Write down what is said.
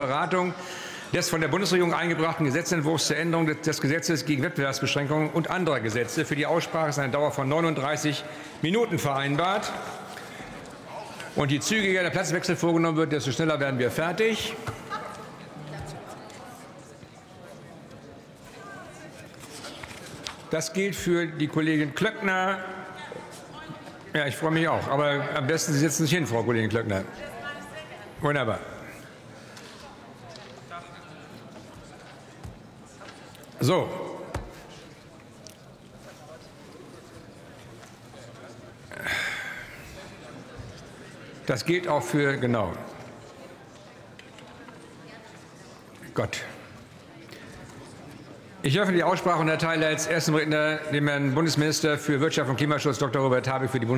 Beratung des von der Bundesregierung eingebrachten Gesetzentwurfs zur Änderung des Gesetzes gegen Wettbewerbsbeschränkungen und anderer Gesetze. Für die Aussprache ist eine Dauer von 39 Minuten vereinbart. Und je zügiger der Platzwechsel vorgenommen wird, desto schneller werden wir fertig. Das gilt für die Kollegin Klöckner. Ja, ich freue mich auch. Aber am besten Sie setzen sich hin, Frau Kollegin Klöckner. Wunderbar. So. Das gilt auch für, genau. Gott. Ich öffne die Aussprache und erteile als ersten Redner dem Herrn Bundesminister für Wirtschaft und Klimaschutz, Dr. Robert Habeck, für die